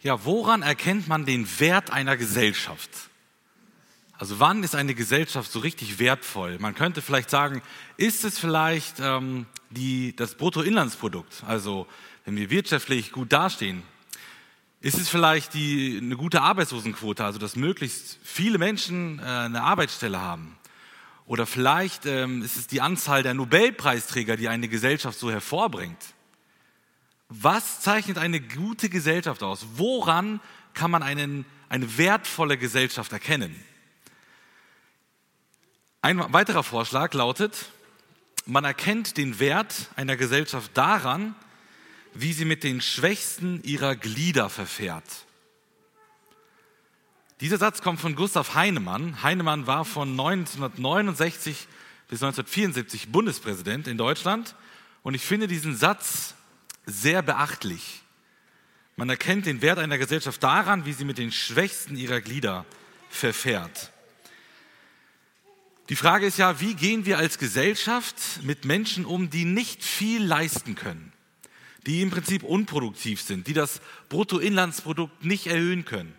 Ja, woran erkennt man den Wert einer Gesellschaft? Also wann ist eine Gesellschaft so richtig wertvoll? Man könnte vielleicht sagen, ist es vielleicht das Bruttoinlandsprodukt, also wenn wir wirtschaftlich gut dastehen? Ist es vielleicht eine gute Arbeitslosenquote, also dass möglichst viele Menschen eine Arbeitsstelle haben? Oder vielleicht ist es die Anzahl der Nobelpreisträger, die eine Gesellschaft so hervorbringt? Was zeichnet eine gute Gesellschaft aus? Woran kann man eine wertvolle Gesellschaft erkennen? Ein weiterer Vorschlag lautet, man erkennt den Wert einer Gesellschaft daran, wie sie mit den Schwächsten ihrer Glieder verfährt. Dieser Satz kommt von Gustav Heinemann. Heinemann war von 1969 bis 1974 Bundespräsident in Deutschland und ich finde diesen Satz sehr beachtlich. Man erkennt den Wert einer Gesellschaft daran, wie sie mit den Schwächsten ihrer Glieder verfährt. Die Frage ist ja, wie gehen wir als Gesellschaft mit Menschen um, die nicht viel leisten können, die im Prinzip unproduktiv sind, die das Bruttoinlandsprodukt nicht erhöhen können?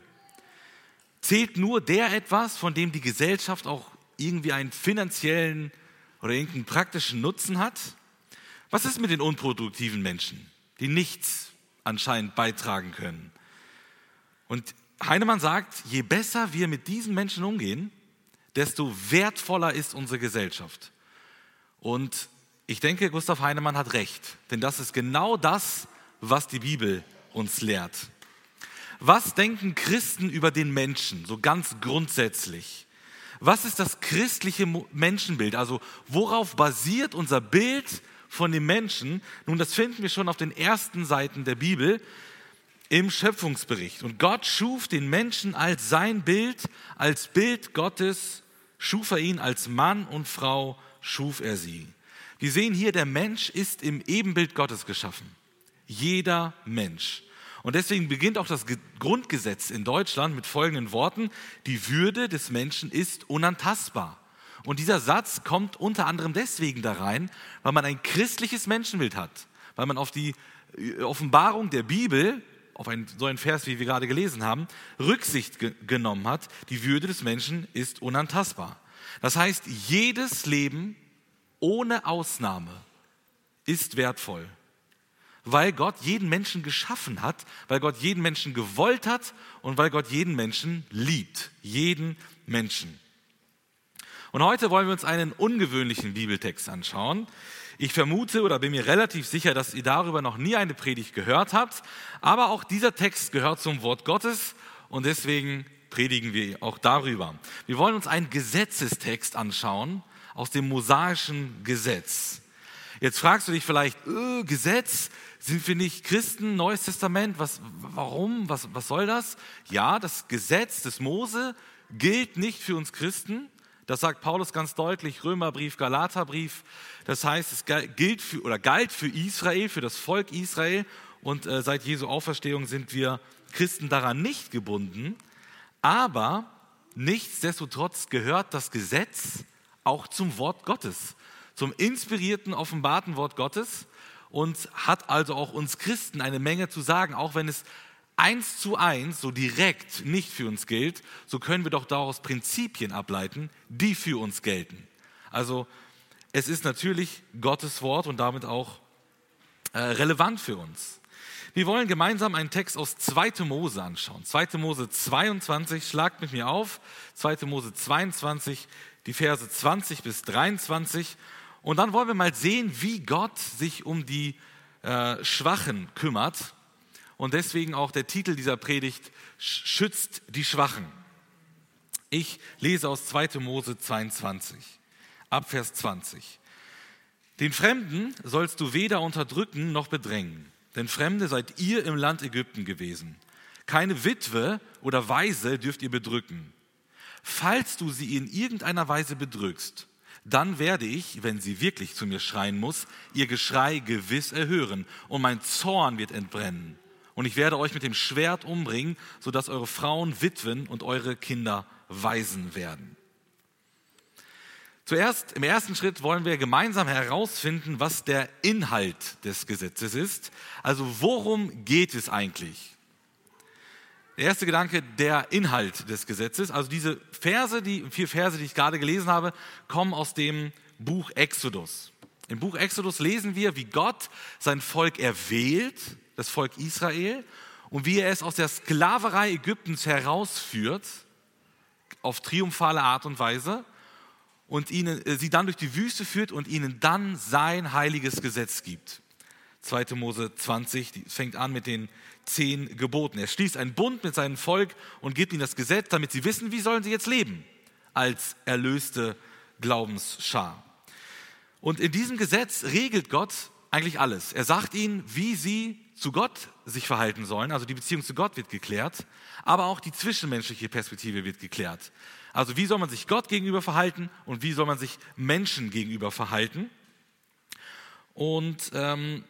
Zählt nur der etwas, von dem die Gesellschaft auch irgendwie einen finanziellen oder irgendeinen praktischen Nutzen hat? Was ist mit den unproduktiven Menschen, die nichts anscheinend beitragen können? Und Heinemann sagt, je besser wir mit diesen Menschen umgehen, desto wertvoller ist unsere Gesellschaft. Und ich denke, Gustav Heinemann hat recht, denn das ist genau das, was die Bibel uns lehrt. Was denken Christen über den Menschen, so ganz grundsätzlich? Was ist das christliche Menschenbild? Also worauf basiert unser Bild von dem Menschen? Nun, das finden wir schon auf den ersten Seiten der Bibel im Schöpfungsbericht. Und Gott schuf den Menschen als sein Bild, als Bild Gottes, schuf er ihn, als Mann und Frau schuf er sie. Wir sehen hier, der Mensch ist im Ebenbild Gottes geschaffen. Jeder Mensch. Und deswegen beginnt auch das Grundgesetz in Deutschland mit folgenden Worten: Die Würde des Menschen ist unantastbar. Und dieser Satz kommt unter anderem deswegen da rein, weil man ein christliches Menschenbild hat, weil man auf die Offenbarung der Bibel, auf so einen Vers, wie wir gerade gelesen haben, Rücksicht genommen hat. Die Würde des Menschen ist unantastbar. Das heißt, jedes Leben ohne Ausnahme ist wertvoll, weil Gott jeden Menschen geschaffen hat, weil Gott jeden Menschen gewollt hat und weil Gott jeden Menschen liebt. Jeden Menschen. Und heute wollen wir uns einen ungewöhnlichen Bibeltext anschauen. Ich vermute oder bin mir relativ sicher, dass ihr darüber noch nie eine Predigt gehört habt, aber auch dieser Text gehört zum Wort Gottes und deswegen predigen wir auch darüber. Wir wollen uns einen Gesetzestext anschauen aus dem mosaischen Gesetz. Jetzt fragst du dich vielleicht, Gesetz, sind wir nicht Christen, Neues Testament, warum, was soll das? Ja, das Gesetz des Mose gilt nicht für uns Christen. Das sagt Paulus ganz deutlich, Römerbrief, Galaterbrief. Das heißt, es galt für Israel, für das Volk Israel. Und seit Jesu Auferstehung sind wir Christen daran nicht gebunden. Aber nichtsdestotrotz gehört das Gesetz auch zum Wort Gottes, zum inspirierten, offenbarten Wort Gottes und hat also auch uns Christen eine Menge zu sagen, auch wenn es 1:1 so direkt nicht für uns gilt, so können wir doch daraus Prinzipien ableiten, die für uns gelten. Also es ist natürlich Gottes Wort und damit auch relevant für uns. Wir wollen gemeinsam einen Text aus 2. Mose anschauen. 2. Mose 22, schlagt mit mir auf, 2. Mose 22, die Verse 20 bis 23. Und dann wollen wir mal sehen, wie Gott sich um die Schwachen kümmert. Und deswegen auch der Titel dieser Predigt, schützt die Schwachen. Ich lese aus 2. Mose 22, ab Vers 20. Den Fremden sollst du weder unterdrücken noch bedrängen, denn Fremde seid ihr im Land Ägypten gewesen. Keine Witwe oder Waise dürft ihr bedrücken. Falls du sie in irgendeiner Weise bedrückst, dann werde ich, wenn sie wirklich zu mir schreien muss, ihr Geschrei gewiss erhören und mein Zorn wird entbrennen. Und ich werde euch mit dem Schwert umbringen, sodass eure Frauen Witwen und eure Kinder Waisen werden. Zuerst, im ersten Schritt wollen wir gemeinsam herausfinden, was der Inhalt des Gesetzes ist. Also worum geht es eigentlich? Der erste Gedanke, der Inhalt des Gesetzes. Also diese Verse, die 4 Verse, die ich gerade gelesen habe, kommen aus dem Buch Exodus. Im Buch Exodus lesen wir, wie Gott sein Volk erwählt, das Volk Israel, und wie er es aus der Sklaverei Ägyptens herausführt, auf triumphale Art und Weise, und sie dann durch die Wüste führt und ihnen dann sein heiliges Gesetz gibt. 2. Mose 20, die fängt an mit den 10 Geboten. Er schließt einen Bund mit seinem Volk und gibt ihnen das Gesetz, damit sie wissen, wie sollen sie jetzt leben als erlöste Glaubensschar. Und in diesem Gesetz regelt Gott eigentlich alles. Er sagt ihnen, wie sie zu Gott sich verhalten sollen, also die Beziehung zu Gott wird geklärt, aber auch die zwischenmenschliche Perspektive wird geklärt. Also wie soll man sich Gott gegenüber verhalten und wie soll man sich Menschen gegenüber verhalten. Und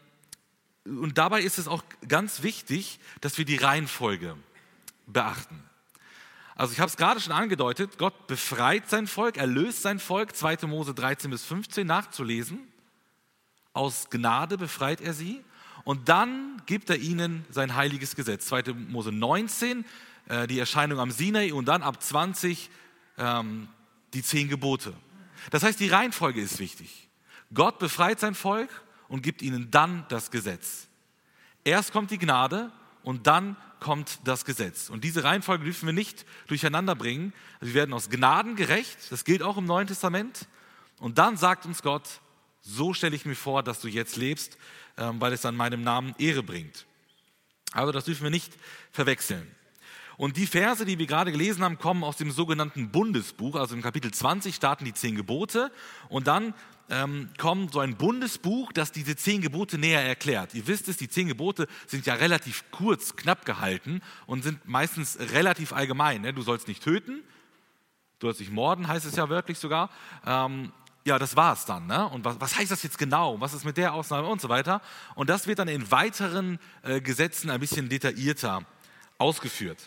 dabei ist es auch ganz wichtig, dass wir die Reihenfolge beachten. Also ich habe es gerade schon angedeutet, Gott befreit sein Volk, erlöst sein Volk, 2. Mose 13 bis 15 nachzulesen. Aus Gnade befreit er sie und dann gibt er ihnen sein heiliges Gesetz. 2. Mose 19, die Erscheinung am Sinai und dann ab 20 die 10 Gebote. Das heißt, die Reihenfolge ist wichtig. Gott befreit sein Volk und gibt ihnen dann das Gesetz. Erst kommt die Gnade und dann kommt das Gesetz. Und diese Reihenfolge dürfen wir nicht durcheinander bringen. Wir werden aus Gnaden gerecht, das gilt auch im Neuen Testament. Und dann sagt uns Gott, so stelle ich mir vor, dass du jetzt lebst, weil es an meinem Namen Ehre bringt. Also das dürfen wir nicht verwechseln. Und die Verse, die wir gerade gelesen haben, kommen aus dem sogenannten Bundesbuch. Also im Kapitel 20 starten die 10 Gebote und dann kommt so ein Bundesbuch, das diese 10 Gebote näher erklärt. Ihr wisst es, die 10 Gebote sind ja relativ kurz, knapp gehalten und sind meistens relativ allgemein. Ne? Du sollst nicht töten, du sollst nicht morden, heißt es ja wörtlich sogar. Ja, das war es dann. Ne? Und was heißt das jetzt genau? Was ist mit der Ausnahme und so weiter? Und das wird dann in weiteren Gesetzen ein bisschen detaillierter ausgeführt.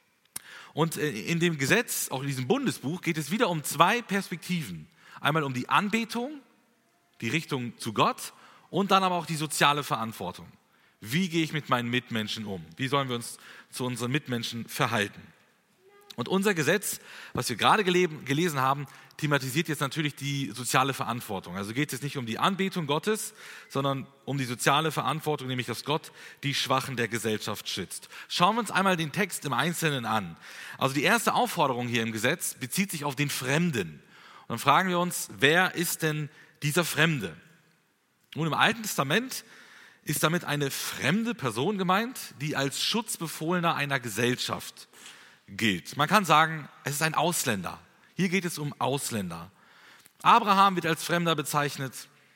Und in dem Gesetz, auch in diesem Bundesbuch, geht es wieder um 2 Perspektiven. Einmal um die Anbetung, die Richtung zu Gott und dann aber auch die soziale Verantwortung. Wie gehe ich mit meinen Mitmenschen um? Wie sollen wir uns zu unseren Mitmenschen verhalten? Und unser Gesetz, was wir gerade gelesen haben, thematisiert jetzt natürlich die soziale Verantwortung. Also geht es nicht um die Anbetung Gottes, sondern um die soziale Verantwortung, nämlich dass Gott die Schwachen der Gesellschaft schützt. Schauen wir uns einmal den Text im Einzelnen an. Also die erste Aufforderung hier im Gesetz bezieht sich auf den Fremden. Und dann fragen wir uns, wer ist denn dieser Fremde? Nun, im Alten Testament ist damit eine fremde Person gemeint, die als Schutzbefohlener einer Gesellschaft gilt. Man kann sagen, es ist ein Ausländer. Hier geht es um Ausländer. Abraham wird als Fremder bezeichnet,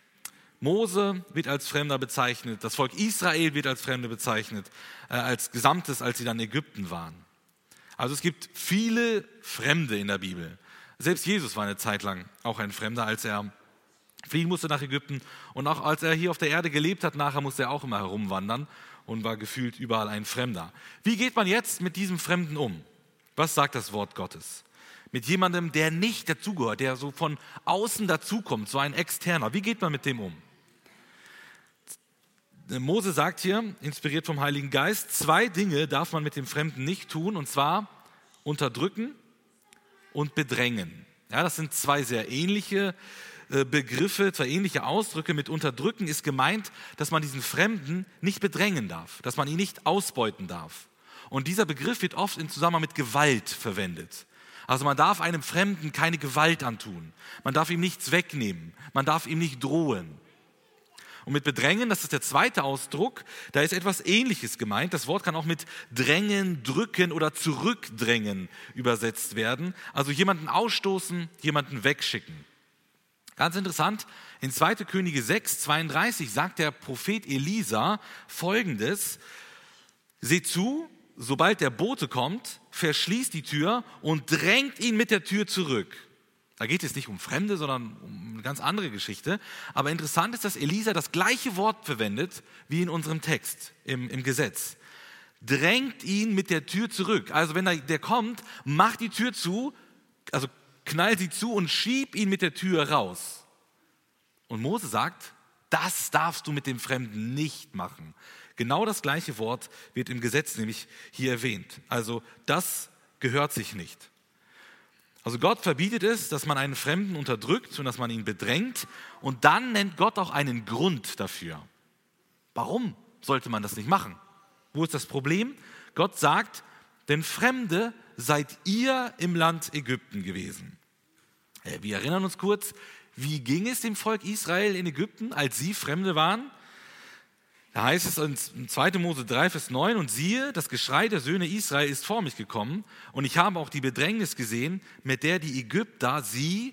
Mose wird als Fremder bezeichnet, das Volk Israel wird als Fremde bezeichnet, als Gesamtes, als sie dann in Ägypten waren. Also es gibt viele Fremde in der Bibel. Selbst Jesus war eine Zeit lang auch ein Fremder, als er fliehen musste nach Ägypten und auch als er hier auf der Erde gelebt hat, nachher musste er auch immer herumwandern und war gefühlt überall ein Fremder. Wie geht man jetzt mit diesem Fremden um? Was sagt das Wort Gottes? Mit jemandem, der nicht dazugehört, der so von außen dazukommt, so ein Externer. Wie geht man mit dem um? Mose sagt hier, inspiriert vom Heiligen Geist, 2 Dinge darf man mit dem Fremden nicht tun, und zwar unterdrücken und bedrängen. Ja, das sind 2 sehr ähnliche Begriffe, 2 ähnliche Ausdrücke. Mit unterdrücken ist gemeint, dass man diesen Fremden nicht bedrängen darf, dass man ihn nicht ausbeuten darf. Und dieser Begriff wird oft im Zusammenhang mit Gewalt verwendet. Also man darf einem Fremden keine Gewalt antun. Man darf ihm nichts wegnehmen. Man darf ihm nicht drohen. Und mit bedrängen, das ist der zweite Ausdruck, da ist etwas Ähnliches gemeint. Das Wort kann auch mit drängen, drücken oder zurückdrängen übersetzt werden. Also jemanden ausstoßen, jemanden wegschicken. Ganz interessant, in 2. Könige 6, 32 sagt der Prophet Elisa Folgendes: Seht zu, sobald der Bote kommt, verschließt die Tür und drängt ihn mit der Tür zurück. Da geht es nicht um Fremde, sondern um eine ganz andere Geschichte. Aber interessant ist, dass Elisa das gleiche Wort verwendet wie in unserem Text im Gesetz. Drängt ihn mit der Tür zurück. Also wenn der kommt, macht die Tür zu, also knall sie zu und schieb ihn mit der Tür raus. Und Mose sagt, das darfst du mit dem Fremden nicht machen. Genau das gleiche Wort wird im Gesetz nämlich hier erwähnt. Also das gehört sich nicht. Also Gott verbietet es, dass man einen Fremden unterdrückt und dass man ihn bedrängt. Und dann nennt Gott auch einen Grund dafür. Warum sollte man das nicht machen? Wo ist das Problem? Gott sagt, denn Fremde seid ihr im Land Ägypten gewesen. Wir erinnern uns kurz, wie ging es dem Volk Israel in Ägypten, als sie Fremde waren? Da heißt es in 2. Mose 3, Vers 9, und siehe, das Geschrei der Söhne Israel ist vor mich gekommen und ich habe auch die Bedrängnis gesehen, mit der die Ägypter sie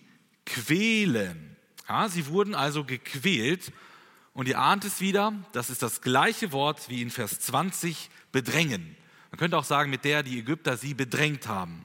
quälen. Ja, sie wurden also gequält und ihr ahnt es wieder, das ist das gleiche Wort wie in Vers 20, bedrängen. Man könnte auch sagen, mit der die Ägypter sie bedrängt haben.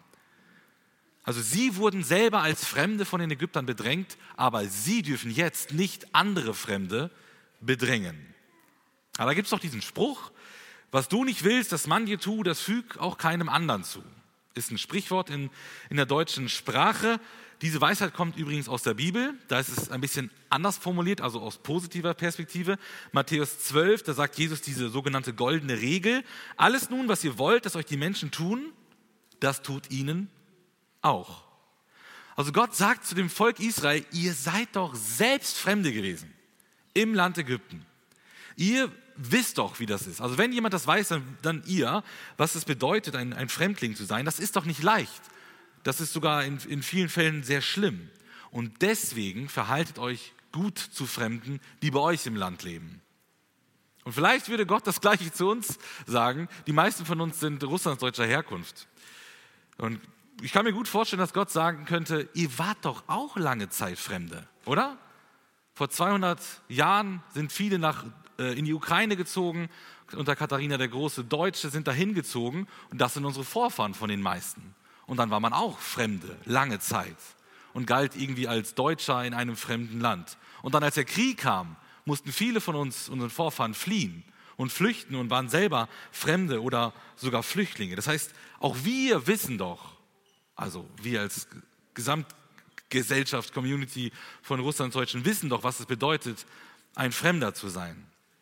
Also sie wurden selber als Fremde von den Ägyptern bedrängt, aber sie dürfen jetzt nicht andere Fremde bedrängen. Aber da gibt es doch diesen Spruch, was du nicht willst, dass man dir tut, das füg auch keinem anderen zu. Ist ein Sprichwort in der deutschen Sprache. Diese Weisheit kommt übrigens aus der Bibel. Da ist es ein bisschen anders formuliert, also aus positiver Perspektive. Matthäus 12, da sagt Jesus diese sogenannte goldene Regel. Alles nun, was ihr wollt, dass euch die Menschen tun, das tut ihnen auch. Also Gott sagt zu dem Volk Israel, ihr seid doch selbst Fremde gewesen im Land Ägypten. Ihr wisst doch, wie das ist. Also wenn jemand das weiß, dann ihr, was es bedeutet, ein Fremdling zu sein. Das ist doch nicht leicht. Das ist sogar in vielen Fällen sehr schlimm. Und deswegen verhaltet euch gut zu Fremden, die bei euch im Land leben. Und vielleicht würde Gott das Gleiche zu uns sagen. Die meisten von uns sind russlandsdeutscher Herkunft. Und ich kann mir gut vorstellen, dass Gott sagen könnte, ihr wart doch auch lange Zeit Fremde, oder? Vor 200 Jahren sind viele in die Ukraine gezogen, unter Katharina der Große. Deutsche sind dahin gezogen und das sind unsere Vorfahren von den meisten. Und dann war man auch Fremde, lange Zeit und galt irgendwie als Deutscher in einem fremden Land. Und dann, als der Krieg kam, mussten viele von uns, unseren Vorfahren, fliehen und flüchten und waren selber Fremde oder sogar Flüchtlinge. Das heißt, auch wir wissen doch, also wir als Gesamtgesellschaft, Community von Russlandsdeutschen wissen doch, was es bedeutet, ein Fremder zu sein.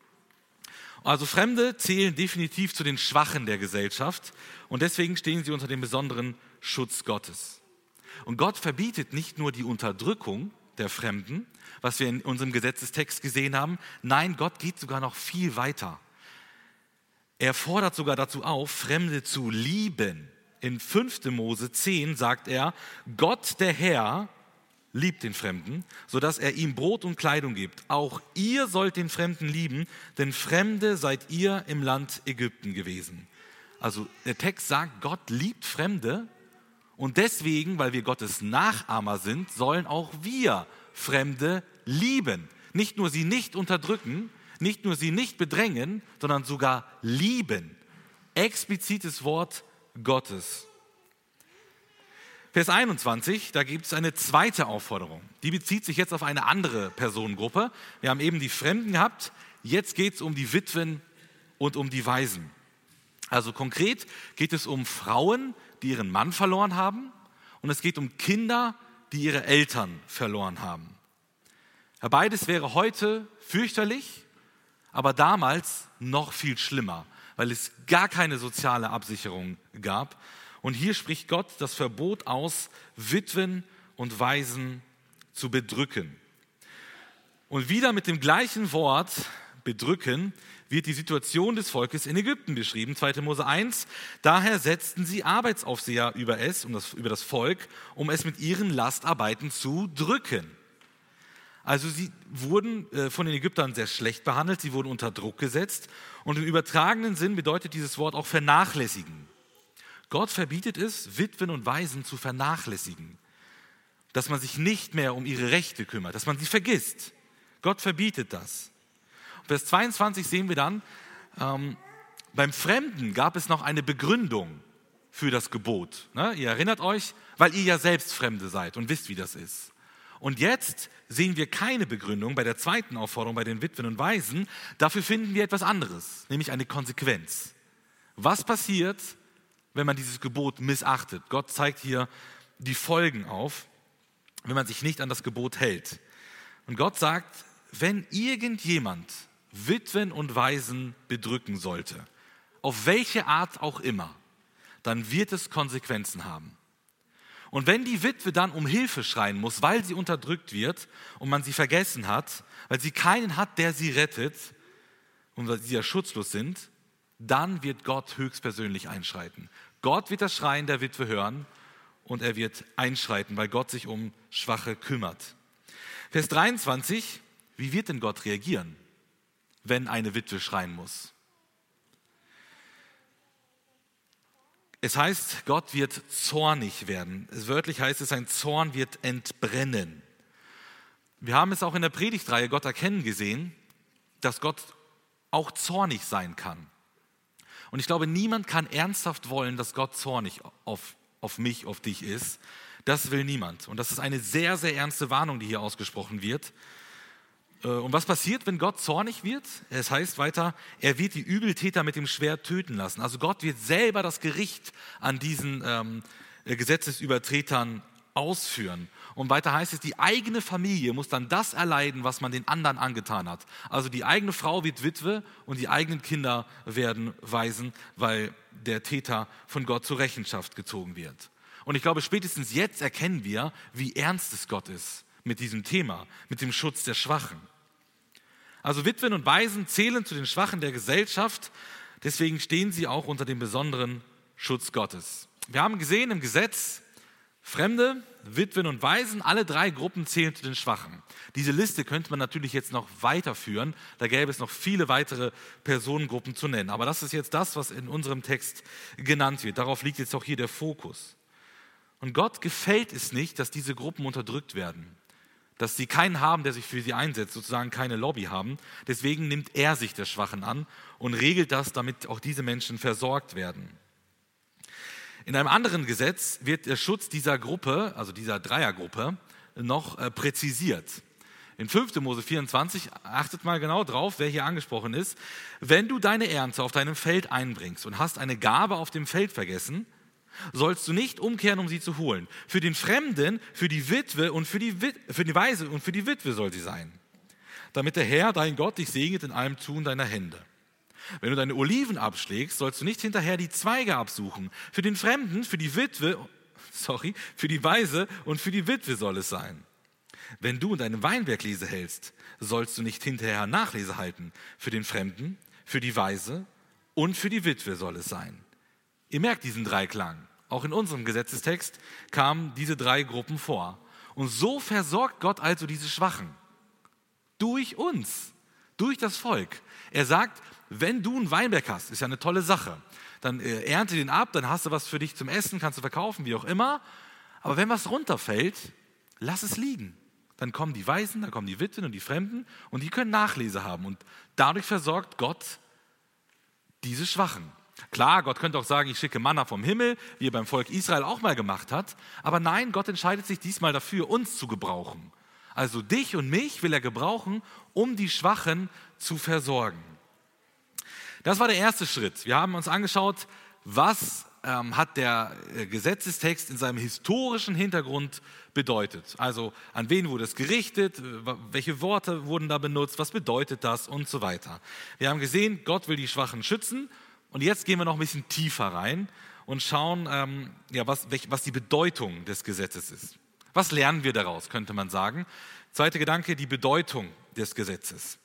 Also Fremde zählen definitiv zu den Schwachen der Gesellschaft und deswegen stehen sie unter dem besonderen Schutz Gottes. Und Gott verbietet nicht nur die Unterdrückung der Fremden, was wir in unserem Gesetzestext gesehen haben. Nein, Gott geht sogar noch viel weiter. Er fordert sogar dazu auf, Fremde zu lieben. In 5. Mose 10 sagt er, Gott der Herr liebt den Fremden, sodass er ihm Brot und Kleidung gibt. Auch ihr sollt den Fremden lieben, denn Fremde seid ihr im Land Ägypten gewesen. Also der Text sagt, Gott liebt Fremde und deswegen, weil wir Gottes Nachahmer sind, sollen auch wir Fremde lieben. Nicht nur sie nicht unterdrücken, nicht nur sie nicht bedrängen, sondern sogar lieben. Explizites Wort Gottes. Vers 21, da gibt es eine zweite Aufforderung. Die bezieht sich jetzt auf eine andere Personengruppe. Wir haben eben die Fremden gehabt, jetzt geht es um die Witwen und um die Waisen. Also konkret geht es um Frauen, die ihren Mann verloren haben und es geht um Kinder, die ihre Eltern verloren haben. Ja, beides wäre heute fürchterlich, aber damals noch viel schlimmer, weil es gar keine soziale Absicherung gab. Und hier spricht Gott das Verbot aus, Witwen und Waisen zu bedrücken. Und wieder mit dem gleichen Wort bedrücken wird die Situation des Volkes in Ägypten beschrieben. 2. Mose 1, daher setzten sie Arbeitsaufseher über das Volk, um es mit ihren Lastarbeiten zu drücken. Also sie wurden von den Ägyptern sehr schlecht behandelt, sie wurden unter Druck gesetzt und im übertragenen Sinn bedeutet dieses Wort auch vernachlässigen. Gott verbietet es, Witwen und Waisen zu vernachlässigen, dass man sich nicht mehr um ihre Rechte kümmert, dass man sie vergisst. Gott verbietet das. Vers 22 sehen wir dann, beim Fremden gab es noch eine Begründung für das Gebot. Ne? Ihr erinnert euch, weil ihr ja selbst Fremde seid und wisst, wie das ist. Und jetzt sehen wir keine Begründung bei der zweiten Aufforderung bei den Witwen und Waisen. Dafür finden wir etwas anderes, nämlich eine Konsequenz. Was passiert, wenn man dieses Gebot missachtet? Gott zeigt hier die Folgen auf, wenn man sich nicht an das Gebot hält. Und Gott sagt, wenn irgendjemand Witwen und Waisen bedrücken sollte, auf welche Art auch immer, dann wird es Konsequenzen haben. Und wenn die Witwe dann um Hilfe schreien muss, weil sie unterdrückt wird und man sie vergessen hat, weil sie keinen hat, der sie rettet und weil sie ja schutzlos sind, dann wird Gott höchstpersönlich einschreiten. Gott wird das Schreien der Witwe hören und er wird einschreiten, weil Gott sich um Schwache kümmert. Vers 23, wie wird denn Gott reagieren, wenn eine Witwe schreien muss? Es heißt, Gott wird zornig werden. Wörtlich heißt es, sein Zorn wird entbrennen. Wir haben es auch in der Predigtreihe Gott erkennen gesehen, dass Gott auch zornig sein kann. Und ich glaube, niemand kann ernsthaft wollen, dass Gott zornig auf mich, auf dich ist. Das will niemand. Und das ist eine sehr, sehr ernste Warnung, die hier ausgesprochen wird. Und was passiert, wenn Gott zornig wird? Es heißt weiter, er wird die Übeltäter mit dem Schwert töten lassen. Also Gott wird selber das Gericht an diesen Gesetzesübertretern ausführen. Und weiter heißt es, die eigene Familie muss dann das erleiden, was man den anderen angetan hat. Also die eigene Frau wird Witwe und die eigenen Kinder werden Waisen, weil der Täter von Gott zur Rechenschaft gezogen wird. Und ich glaube, spätestens jetzt erkennen wir, wie ernst es Gott ist mit diesem Thema, mit dem Schutz der Schwachen. Also Witwen und Waisen zählen zu den Schwachen der Gesellschaft, deswegen stehen sie auch unter dem besonderen Schutz Gottes. Wir haben gesehen im Gesetz, Fremde, Witwen und Waisen, alle drei Gruppen zählen zu den Schwachen. Diese Liste könnte man natürlich jetzt noch weiterführen, da gäbe es noch viele weitere Personengruppen zu nennen. Aber das ist jetzt das, was in unserem Text genannt wird. Darauf liegt jetzt auch hier der Fokus. Und Gott gefällt es nicht, dass diese Gruppen unterdrückt werden, dass sie keinen haben, der sich für sie einsetzt, sozusagen keine Lobby haben. Deswegen nimmt er sich der Schwachen an und regelt das, damit auch diese Menschen versorgt werden. In einem anderen Gesetz wird der Schutz dieser Gruppe, also dieser Dreiergruppe, noch präzisiert. In 5. Mose 24, achtet mal genau drauf, wer hier angesprochen ist. Wenn du deine Ernte auf deinem Feld einbringst und hast eine Gabe auf dem Feld vergessen, sollst du nicht umkehren, um sie zu holen. Für den Fremden, für die Witwe und für die Waise und für die Witwe soll sie sein. Damit der Herr, dein Gott, dich segnet in allem Tun deiner Hände. Wenn du deine Oliven abschlägst, sollst du nicht hinterher die Zweige absuchen. Für den Fremden, für die Waise und für die Witwe soll es sein. Wenn du in deinem Weinberg Lese hältst, sollst du nicht hinterher Nachlese halten. Für den Fremden, für die Waise und für die Witwe soll es sein. Ihr merkt diesen Dreiklang. Auch in unserem Gesetzestext kamen diese drei Gruppen vor. Und so versorgt Gott also diese Schwachen. Durch uns, durch das Volk. Er sagt, wenn du einen Weinberg hast, ist ja eine tolle Sache, dann ernte den ab, dann hast du was für dich zum Essen, kannst du verkaufen, wie auch immer. Aber wenn was runterfällt, lass es liegen. Dann kommen die Waisen, dann kommen die Witwen und die Fremden und die können Nachlese haben. Und dadurch versorgt Gott diese Schwachen. Klar, Gott könnte auch sagen, ich schicke Manna vom Himmel, wie er beim Volk Israel auch mal gemacht hat. Aber nein, Gott entscheidet sich diesmal dafür, uns zu gebrauchen. Also dich und mich will er gebrauchen, um die Schwachen zu versorgen. Das war der erste Schritt. Wir haben uns angeschaut, was hat der Gesetzestext in seinem historischen Hintergrund bedeutet. Also an wen wurde es gerichtet, welche Worte wurden da benutzt, was bedeutet das und so weiter. Wir haben gesehen, Gott will die Schwachen schützen. Und jetzt gehen wir noch ein bisschen tiefer rein und schauen, was die Bedeutung des Gesetzes ist. Was lernen wir daraus, könnte man sagen. Zweiter Gedanke, die Bedeutung des Gesetzes.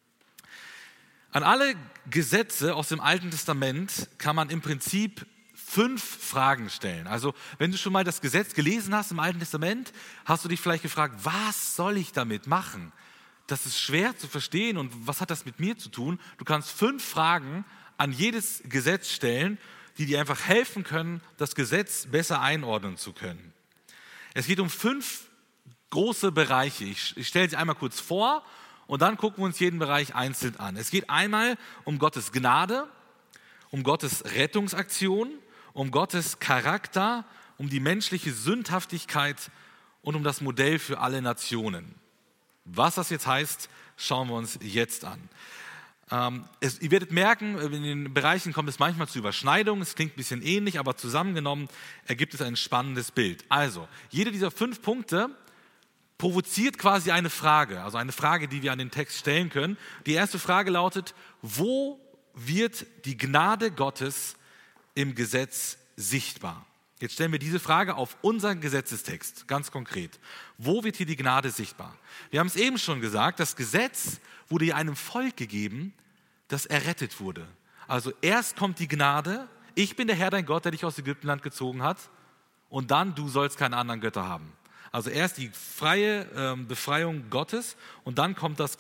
An alle Gesetze aus dem Alten Testament kann man im Prinzip 5 Fragen stellen. Also wenn du schon mal das Gesetz gelesen hast im Alten Testament, hast du dich vielleicht gefragt, was soll ich damit machen? Das ist schwer zu verstehen und was hat das mit mir zu tun? Du kannst 5 Fragen an jedes Gesetz stellen, die dir einfach helfen können, das Gesetz besser einordnen zu können. Es geht um 5 große Bereiche. Ich stelle sie einmal kurz vor und dann gucken wir uns jeden Bereich einzeln an. Es geht einmal um Gottes Gnade, um Gottes Rettungsaktion, um Gottes Charakter, um die menschliche Sündhaftigkeit und um das Modell für alle Nationen. Was das jetzt heißt, schauen wir uns jetzt an. Ihr werdet merken, in den Bereichen kommt es manchmal zu Überschneidungen, es klingt ein bisschen ähnlich, aber zusammengenommen ergibt es ein spannendes Bild. Also, jede dieser 5 Punkte provoziert quasi eine Frage, also eine Frage, die wir an den Text stellen können. Die erste Frage lautet: Wo wird die Gnade Gottes im Gesetz sichtbar? Jetzt stellen wir diese Frage auf unseren Gesetzestext, ganz konkret. Wo wird hier die Gnade sichtbar? Wir haben es eben schon gesagt, das Gesetz wurde ja einem Volk gegeben, das errettet wurde. Also erst kommt die Gnade: Ich bin der Herr, dein Gott, der dich aus Ägyptenland gezogen hat, und dann: Du sollst keine anderen Götter haben. Also erst die freie Befreiung Gottes und dann kommt das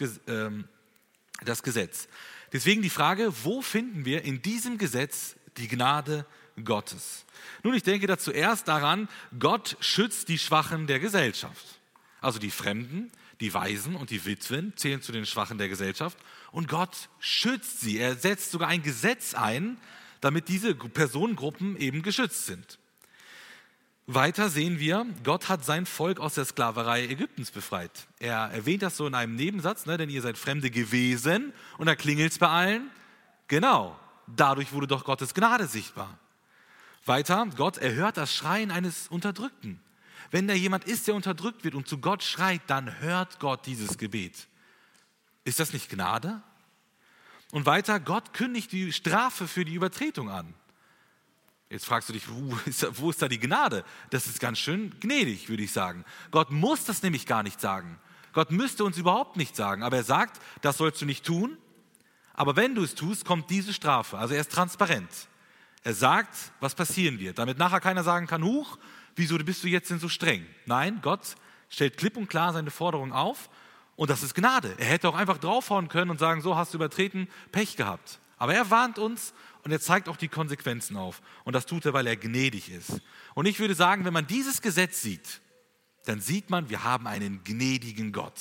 Gesetz. Deswegen die Frage: Wo finden wir in diesem Gesetz die Gnade Gottes? Nun, ich denke da zuerst daran, Gott schützt die Schwachen der Gesellschaft. Also die Fremden, die Waisen und die Witwen zählen zu den Schwachen der Gesellschaft. Und Gott schützt sie. Er setzt sogar ein Gesetz ein, damit diese Personengruppen eben geschützt sind. Weiter sehen wir, Gott hat sein Volk aus der Sklaverei Ägyptens befreit. Er erwähnt das so in einem Nebensatz, denn ihr seid Fremde gewesen, und da klingelt es bei allen. Genau, dadurch wurde doch Gottes Gnade sichtbar. Weiter, Gott erhört das Schreien eines Unterdrückten. Wenn da jemand ist, der unterdrückt wird und zu Gott schreit, dann hört Gott dieses Gebet. Ist das nicht Gnade? Und weiter, Gott kündigt die Strafe für die Übertretung an. Jetzt fragst du dich, wo ist da die Gnade? Das ist ganz schön gnädig, würde ich sagen. Gott muss das nämlich gar nicht sagen. Gott müsste uns überhaupt nicht sagen. Aber er sagt, das sollst du nicht tun. Aber wenn du es tust, kommt diese Strafe. Also er ist transparent. Er sagt, was passieren wird, damit nachher keiner sagen kann: Huch, wieso bist du jetzt denn so streng? Nein, Gott stellt klipp und klar seine Forderung auf, und das ist Gnade. Er hätte auch einfach draufhauen können und sagen: So, hast du übertreten, Pech gehabt. Aber er warnt uns und er zeigt auch die Konsequenzen auf. Und das tut er, weil er gnädig ist. Und ich würde sagen, wenn man dieses Gesetz sieht, dann sieht man, wir haben einen gnädigen Gott.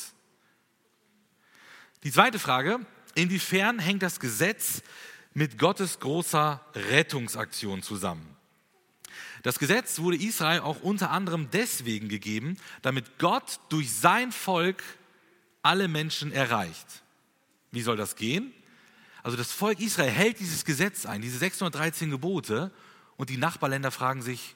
Die zweite Frage: Inwiefern hängt das Gesetz mit Gottes großer Rettungsaktion zusammen? Das Gesetz wurde Israel auch unter anderem deswegen gegeben, damit Gott durch sein Volk alle Menschen erreicht. Wie soll das gehen? Also das Volk Israel hält dieses Gesetz ein, diese 613 Gebote, und die Nachbarländer fragen sich: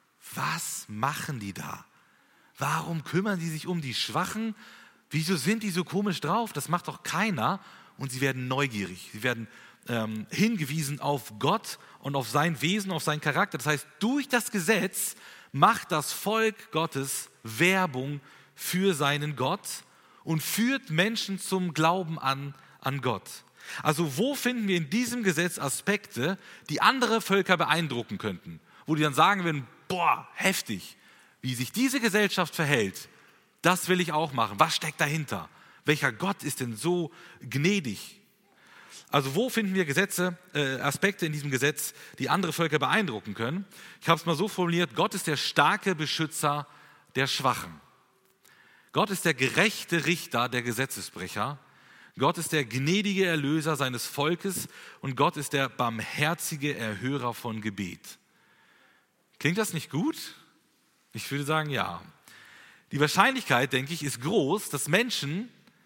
Was machen die da? Warum kümmern die sich um die Schwachen? Wieso sind die so komisch drauf? Das macht doch keiner. Und sie werden neugierig, sie werden hingewiesen auf Gott und auf sein Wesen, auf seinen Charakter. Das heißt, durch das Gesetz macht das Volk Gottes Werbung für seinen Gott und führt Menschen zum Glauben an Gott. Also wo finden wir in diesem Gesetz Aspekte, die andere Völker beeindrucken könnten? Wo die dann sagen würden: Boah, heftig, wie sich diese Gesellschaft verhält, das will ich auch machen. Was steckt dahinter? Welcher Gott ist denn so gnädig? Also wo finden wir Aspekte in diesem Gesetz, die andere Völker beeindrucken können? Ich habe es mal so formuliert: Gott ist der starke Beschützer der Schwachen. Gott ist der gerechte Richter der Gesetzesbrecher. Gott ist der gnädige Erlöser seines Volkes und Gott ist der barmherzige Erhörer von Gebet. Klingt das nicht gut? Ich würde sagen, ja. Die Wahrscheinlichkeit, denke ich, ist groß, dass Menschen